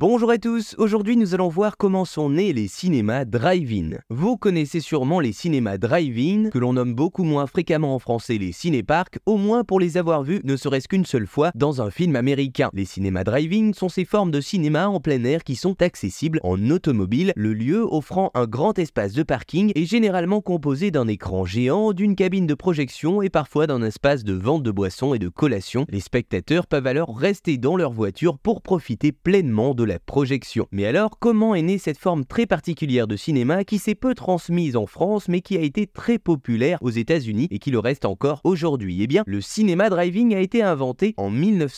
Bonjour à tous, aujourd'hui nous allons voir comment sont nés les cinémas drive-in. Vous connaissez sûrement les cinémas drive-in, que l'on nomme beaucoup moins fréquemment en français les cinéparcs, au moins pour les avoir vus ne serait-ce qu'une seule fois dans un film américain. Les cinémas drive-in sont ces formes de cinéma en plein air qui sont accessibles en automobile, le lieu offrant un grand espace de parking est généralement composé d'un écran géant, d'une cabine de projection et parfois d'un espace de vente de boissons et de collations. Les spectateurs peuvent alors rester dans leur voiture pour profiter pleinement de la projection. Mais alors, comment est née cette forme très particulière de cinéma qui s'est peu transmise en France mais qui a été très populaire aux États-Unis et qui le reste encore aujourd'hui? Eh bien, le cinéma driving a été inventé en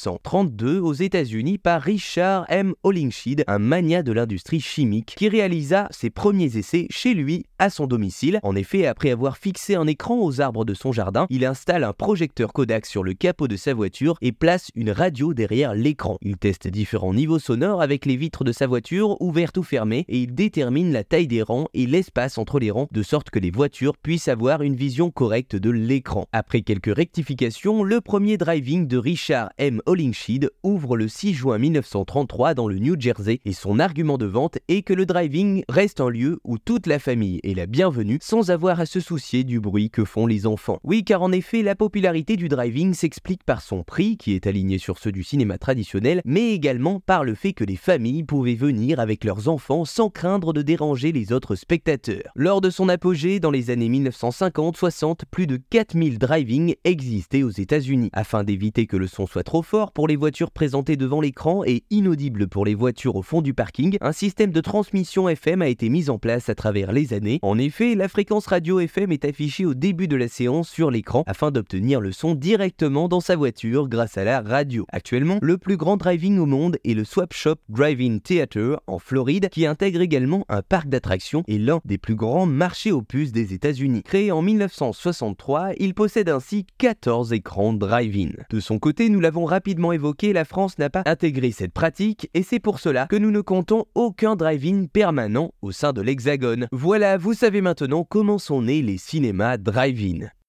1932 aux États-Unis par Richard M. Holinshede, un magnat de l'industrie chimique, qui réalisa ses premiers essais chez lui à son domicile. En effet, après avoir fixé un écran aux arbres de son jardin, il installe un projecteur Kodak sur le capot de sa voiture et place une radio derrière l'écran. Il teste différents niveaux sonores avec les vitres de sa voiture ouvertes ou fermées et il détermine la taille des rangs et l'espace entre les rangs de sorte que les voitures puissent avoir une vision correcte de l'écran. Après quelques rectifications, le premier driving de Richard M. Holinshede ouvre le 6 juin 1933 dans le New Jersey et son argument de vente est que le driving reste un lieu où toute la famille est la bienvenue sans avoir à se soucier du bruit que font les enfants. Oui, car en effet, la popularité du driving s'explique par son prix qui est aligné sur ceux du cinéma traditionnel, mais également par le fait que les familles pouvaient venir avec leurs enfants sans craindre de déranger les autres spectateurs. Lors de son apogée, dans les années 1950-60, plus de 4000 driving existaient aux États-Unis. Afin d'éviter que le son soit trop fort pour les voitures présentées devant l'écran et inaudible pour les voitures au fond du parking, un système de transmission FM a été mis en place à travers les années. En effet, la fréquence radio FM est affichée au début de la séance sur l'écran afin d'obtenir le son directement dans sa voiture grâce à la radio. Actuellement, le plus grand driving au monde est le Swap Shop Drive-In Theater en Floride qui intègre également un parc d'attractions et l'un des plus grands marchés aux puces des États-Unis. Créé en 1963, il possède ainsi 14 écrans drive-in. De son côté, nous l'avons rapidement évoqué, la France n'a pas intégré cette pratique et c'est pour cela que nous ne comptons aucun drive-in permanent au sein de l'Hexagone. Voilà, vous savez maintenant comment sont nés les cinémas drive-in.